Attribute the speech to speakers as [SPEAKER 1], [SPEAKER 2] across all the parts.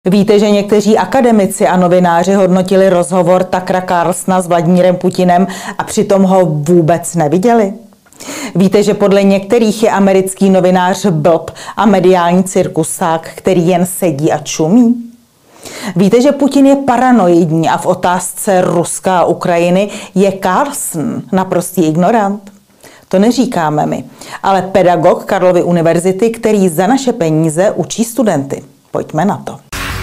[SPEAKER 1] Víte, že někteří akademici a novináři hodnotili rozhovor Tuckera Carlsona s Vladimírem Putinem a přitom ho vůbec neviděli? Víte, že podle některých je americký novinář blb a mediální cirkusák, který jen sedí a čumí? Víte, že Putin je paranoidní a v otázce Ruska a Ukrajiny je Carlson naprostý ignorant? To neříkáme my, ale pedagog Karlovy univerzity, který za naše peníze učí studenty. Pojďme na to.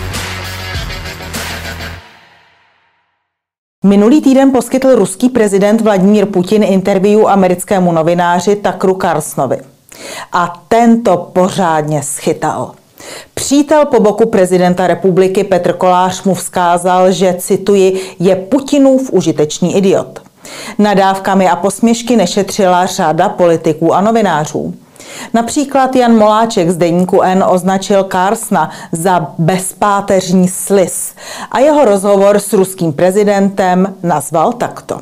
[SPEAKER 1] Minulý týden poskytl ruský prezident Vladimír Putin interview americkému novináři Tuckeru Carlsonovi. A ten to pořádně schytal. Přítel po boku prezidenta republiky Petr Kolář mu vzkázal, že, cituji, je Putinův užitečný idiot. Nadávkami a posměšky nešetřila řada politiků a novinářů. Například Jan Moláček z deníku N označil Carlsona za bezpáteřní sliz a jeho rozhovor s ruským prezidentem nazval takto.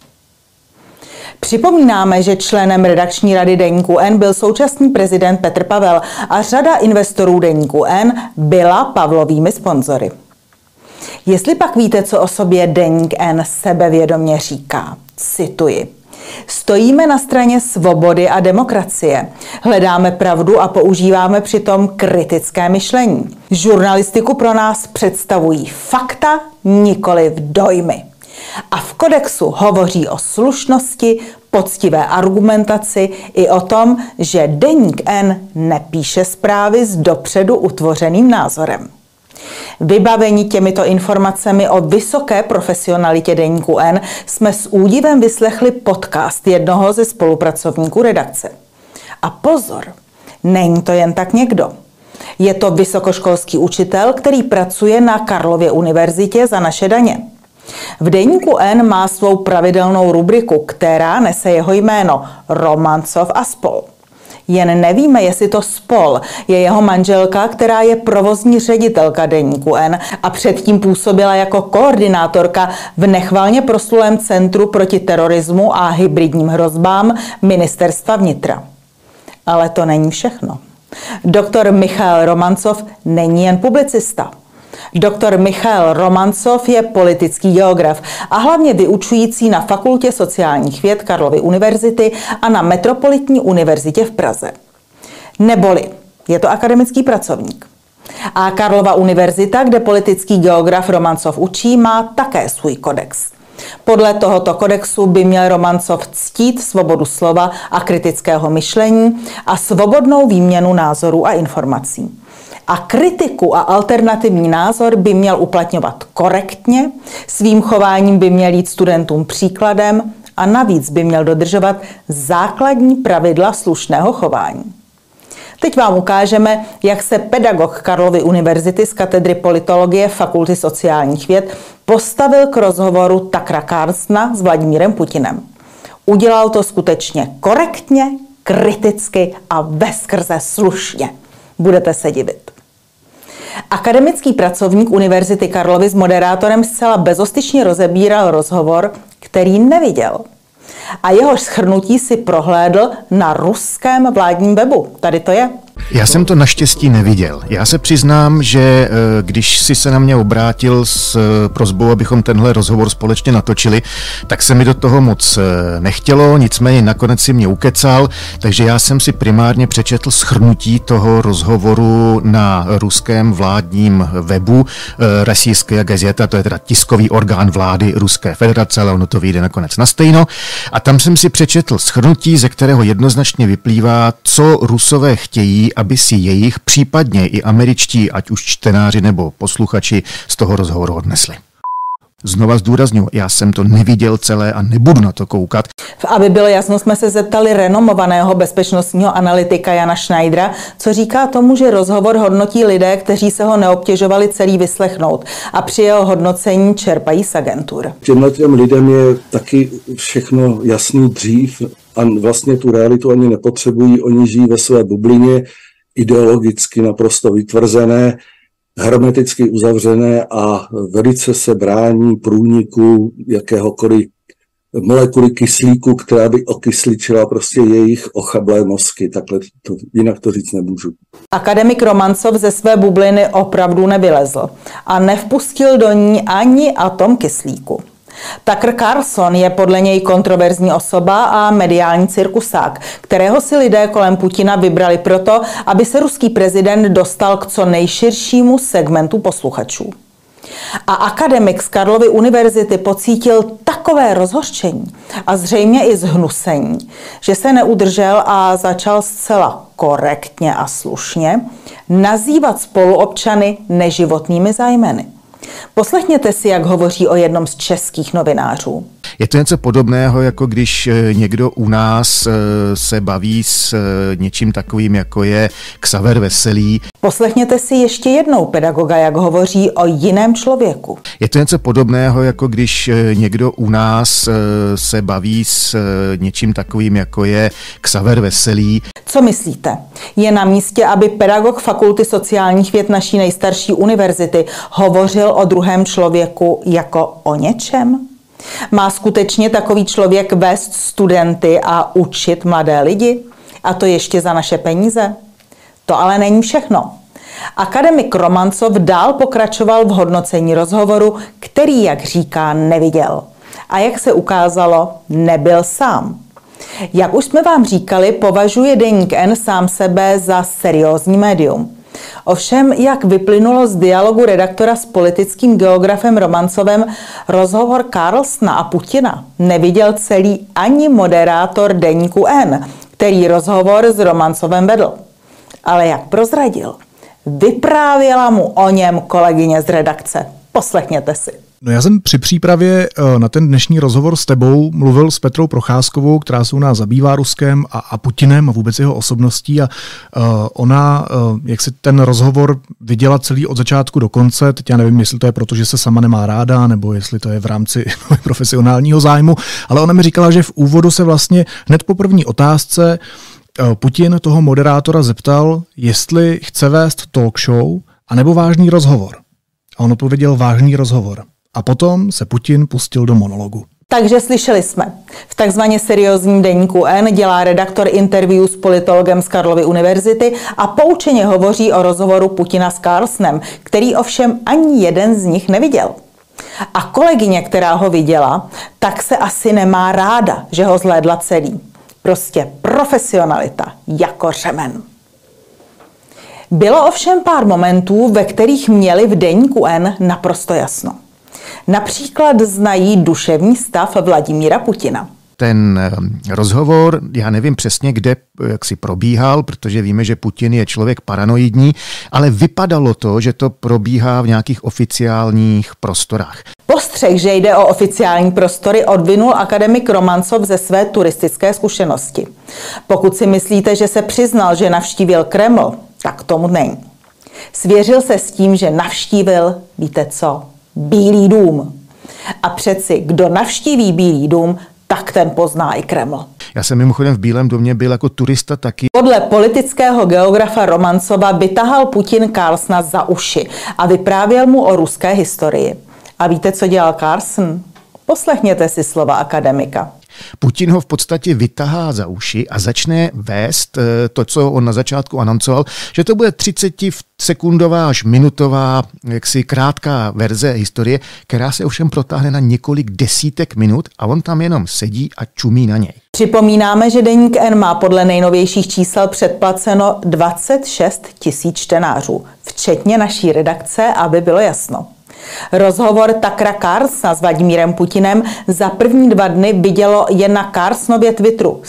[SPEAKER 1] Připomínáme, že členem redakční rady deníku N byl současný prezident Petr Pavel a řada investorů deníku N byla Pavlovými sponzory. Jestli pak víte, co o sobě deník N sebevědomě říká, cituji. Stojíme na straně svobody a demokracie. Hledáme pravdu a používáme přitom kritické myšlení. Žurnalistiku pro nás představují fakta, nikoliv dojmy. A v kodexu hovoří o slušnosti, poctivé argumentaci i o tom, že deník N nepíše zprávy s dopředu utvořeným názorem. Vybaveni těmito informacemi o vysoké profesionalitě deníku N jsme s údivem vyslechli podcast jednoho ze spolupracovníků redakce. A pozor, není to jen tak někdo. Je to vysokoškolský učitel, který pracuje na Karlově univerzitě za naše daně. V deníku N má svou pravidelnou rubriku, která nese jeho jméno Romancov a spol. Jen nevíme, jestli to spol je jeho manželka, která je provozní ředitelka deníku N a předtím působila jako koordinátorka v nechvalně proslulém Centru proti terorismu a hybridním hrozbám Ministerstva vnitra. Ale to není všechno. Doktor Michail Romancov není jen publicista. Doktor Michail Romancov je politický geograf a hlavně vyučující na Fakultě sociálních věd Karlovy univerzity a na Metropolitní univerzitě v Praze. Neboli je to akademický pracovník. A Karlova univerzita, kde politický geograf Romancov učí, má také svůj kodex. Podle tohoto kodexu by měl Romancov ctít svobodu slova a kritického myšlení a svobodnou výměnu názorů a informací. A kritiku a alternativní názor by měl uplatňovat korektně, svým chováním by měl jít studentům příkladem a navíc by měl dodržovat základní pravidla slušného chování. Teď vám ukážeme, jak se pedagog Karlovy univerzity z katedry politologie Fakulty sociálních věd postavil k rozhovoru Tuckera Carlsona s Vladimírem Putinem. Udělal to skutečně korektně, kriticky a veskrze slušně. Budete se divit. Akademický pracovník Univerzity Karlovy s moderátorem zcela bezostyšně rozebíral rozhovor, který neviděl. A jehož shrnutí si prohlédl na ruském vládním webu. Tady to je.
[SPEAKER 2] Já jsem to naštěstí neviděl. Já se přiznám, že když si se na mě obrátil s prosbou, abychom tenhle rozhovor společně natočili, tak se mi do toho moc nechtělo, nicméně nakonec si mě ukecal, takže já jsem si primárně přečetl shrnutí toho rozhovoru na ruském vládním webu Rossijská gazeta, to je teda tiskový orgán vlády Ruské federace, ale ono to vyjde nakonec na stejno. A tam jsem si přečetl shrnutí, ze kterého jednoznačně vyplývá, co Rusové chtějí, aby si jejich, případně i američtí, ať už čtenáři nebo posluchači, z toho rozhovoru odnesli. Znova zdůrazňuji, já jsem to neviděl celé a nebudu na to koukat.
[SPEAKER 1] Aby bylo jasno, jsme se zeptali renomovaného bezpečnostního analytika Jana Schneidera, co říká tomu, že rozhovor hodnotí lidé, kteří se ho neobtěžovali celý vyslechnout a při jeho hodnocení čerpají z agentur.
[SPEAKER 3] Těm lidem je taky všechno jasný dřív a vlastně tu realitu ani nepotřebují, oni žijí ve své bublině, ideologicky naprosto vytvrzené, hermeticky uzavřené a velice se brání průniku jakéhokoliv molekuly kyslíku, která by okysličila prostě jejich ochablé mozky. Takhle jinak to říct nemůžu.
[SPEAKER 1] Akademik Romancov ze své bubliny opravdu nevylezl a nevpustil do ní ani atom kyslíku. Tucker Carlson je podle něj kontroverzní osoba a mediální cirkusák, kterého si lidé kolem Putina vybrali proto, aby se ruský prezident dostal k co nejširšímu segmentu posluchačů. A akademik z Karlovy univerzity pocítil takové rozhořčení a zřejmě i zhnusení, že se neudržel a začal zcela korektně a slušně nazývat spoluobčany neživotnými zájmeny. Poslechněte si, jak hovoří o jednom z českých novinářů.
[SPEAKER 2] Je to něco podobného, jako když někdo u nás se baví s něčím takovým, jako je Xaver Veselý.
[SPEAKER 1] Poslechněte si ještě jednou pedagoga, jak hovoří o jiném člověku.
[SPEAKER 2] Je to něco podobného, jako když někdo u nás se baví s něčím takovým, jako je Xaver Veselý.
[SPEAKER 1] Co myslíte? Je na místě, aby pedagog Fakulty sociálních věd naší nejstarší univerzity hovořil o druhém člověku jako o něčem? Má skutečně takový člověk vést studenty a učit mladé lidi? A to ještě za naše peníze? To ale není všechno. Akademik Romancov dál pokračoval v hodnocení rozhovoru, který, jak říká, neviděl. A jak se ukázalo, nebyl sám. Jak už jsme vám říkali, považuje Deník N sám sebe za seriózní médium. Ovšem, jak vyplynulo z dialogu redaktora s politickým geografem Romancovem, rozhovor Carlsona a Putina neviděl celý ani moderátor Deníku N, který rozhovor s Romancovem vedl. Ale jak prozradil, vyprávěla mu o něm kolegyně z redakce. Poslechněte si.
[SPEAKER 4] No já jsem při přípravě na ten dnešní rozhovor s tebou mluvil s Petrou Procházkovou, která se u nás zabývá Ruskem a Putinem a vůbec jeho osobností a ona, jak si ten rozhovor viděla celý od začátku do konce, teď já nevím, jestli to je proto, že se sama nemá ráda, nebo jestli to je v rámci profesionálního zájmu, ale ona mi říkala, že v úvodu se vlastně hned po první otázce Putin toho moderátora zeptal, jestli chce vést talk show anebo vážný rozhovor. A on odpověděl vážný rozhovor. A potom se Putin pustil do monologu.
[SPEAKER 1] Takže slyšeli jsme. V takzvaně seriózním Deníku N dělá redaktor interview s politologem z Karlovy univerzity a poučeně hovoří o rozhovoru Putina s Carlsonem, který ovšem ani jeden z nich neviděl. A kolegyně, která ho viděla, tak se asi nemá ráda, že ho zhlédla celý. Prostě profesionalita jako řemen. Bylo ovšem pár momentů, ve kterých měli v Deníku N naprosto jasno. Například znají duševní stav Vladimíra Putina.
[SPEAKER 2] Ten rozhovor, já nevím přesně, kde jak si probíhal, protože víme, že Putin je člověk paranoidní, ale vypadalo to, že to probíhá v nějakých oficiálních prostorách.
[SPEAKER 1] Postřeh, že jde o oficiální prostory, odvinul akademik Romancov ze své turistické zkušenosti. Pokud si myslíte, že se přiznal, že navštívil Kreml, tak tomu není. Svěřil se s tím, že navštívil, víte co, Bílý dům. A přeci, kdo navštíví Bílý dům, tak ten pozná i Kreml.
[SPEAKER 2] Já jsem mimochodem v Bílém domě byl jako turista taky.
[SPEAKER 1] Podle politického geografa Romancova vytahal Putin Carlsona za uši a vyprávěl mu o ruské historii. A víte, co dělal Carlson? Poslechněte si slova akademika.
[SPEAKER 2] Putin ho v podstatě vytahá za uši a začne vést to, co on na začátku anoncoval, že to bude 30sekundová až minutová, jaksi krátká verze historie, která se ovšem protáhne na několik desítek minut a on tam jenom sedí a čumí na něj.
[SPEAKER 1] Připomínáme, že Deník N má podle nejnovějších čísel předplaceno 26 000 čtenářů, včetně naší redakce, aby bylo jasno. Rozhovor Tuckera Carlsona s Vladimírem Putinem za první 2 dny vidělo jen na Carlsonově Twitteru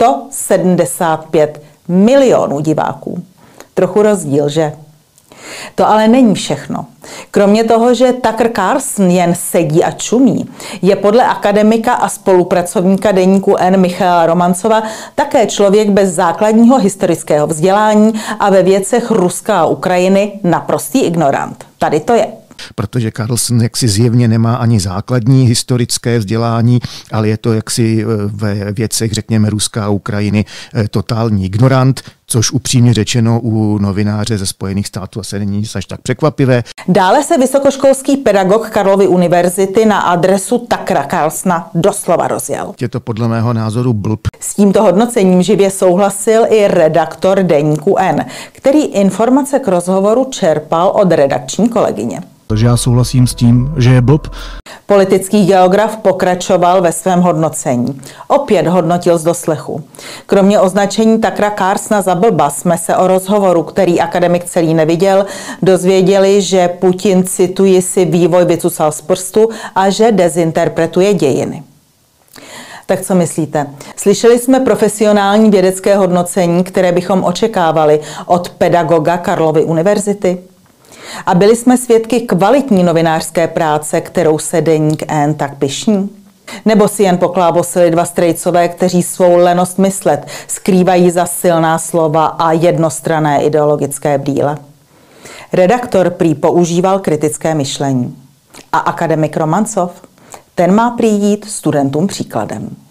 [SPEAKER 1] 175 milionů diváků. Trochu rozdíl, že? To ale není všechno. Kromě toho, že Tucker Carlson jen sedí a čumí, je podle akademika a spolupracovníka Deníku N Michaela Romancova také člověk bez základního historického vzdělání a ve věcech Ruska a Ukrajiny naprostý ignorant. Tady to je.
[SPEAKER 2] Protože Carlsen jaksi zjevně nemá ani základní historické vzdělání, ale je to jaksi ve věcech, řekněme, Ruska a Ukrajiny totální ignorant, což upřímně řečeno u novináře ze Spojených států asi není až tak překvapivé.
[SPEAKER 1] Dále se vysokoškolský pedagog Karlovy univerzity na adresu Tuckera Carlsona doslova rozjel.
[SPEAKER 2] Je to podle mého názoru blb.
[SPEAKER 1] S tímto hodnocením živě souhlasil i redaktor deníku N, který informace k rozhovoru čerpal od redakční kolegyně.
[SPEAKER 4] Takže já souhlasím s tím, že je blb.
[SPEAKER 1] Politický geograf pokračoval ve svém hodnocení. Opět hodnotil z doslechu. Kromě označení Tuckera Carlsona za blba jsme se o rozhovoru, který akademik celý neviděl, dozvěděli, že Putin, cituji si, vývoj vycucal z prstu a že dezinterpretuje dějiny. Tak co myslíte? Slyšeli jsme profesionální vědecké hodnocení, které bychom očekávali od pedagoga Karlovy univerzity? A byli jsme svědky kvalitní novinářské práce, kterou se deník N tak pyšní? Nebo si jen poklábosili dva strejcové, kteří svou lenost myslet skrývají za silná slova a jednostranné ideologické brýle? Redaktor prý používal kritické myšlení. A akademik Romancov? Ten má prý jít studentům příkladem.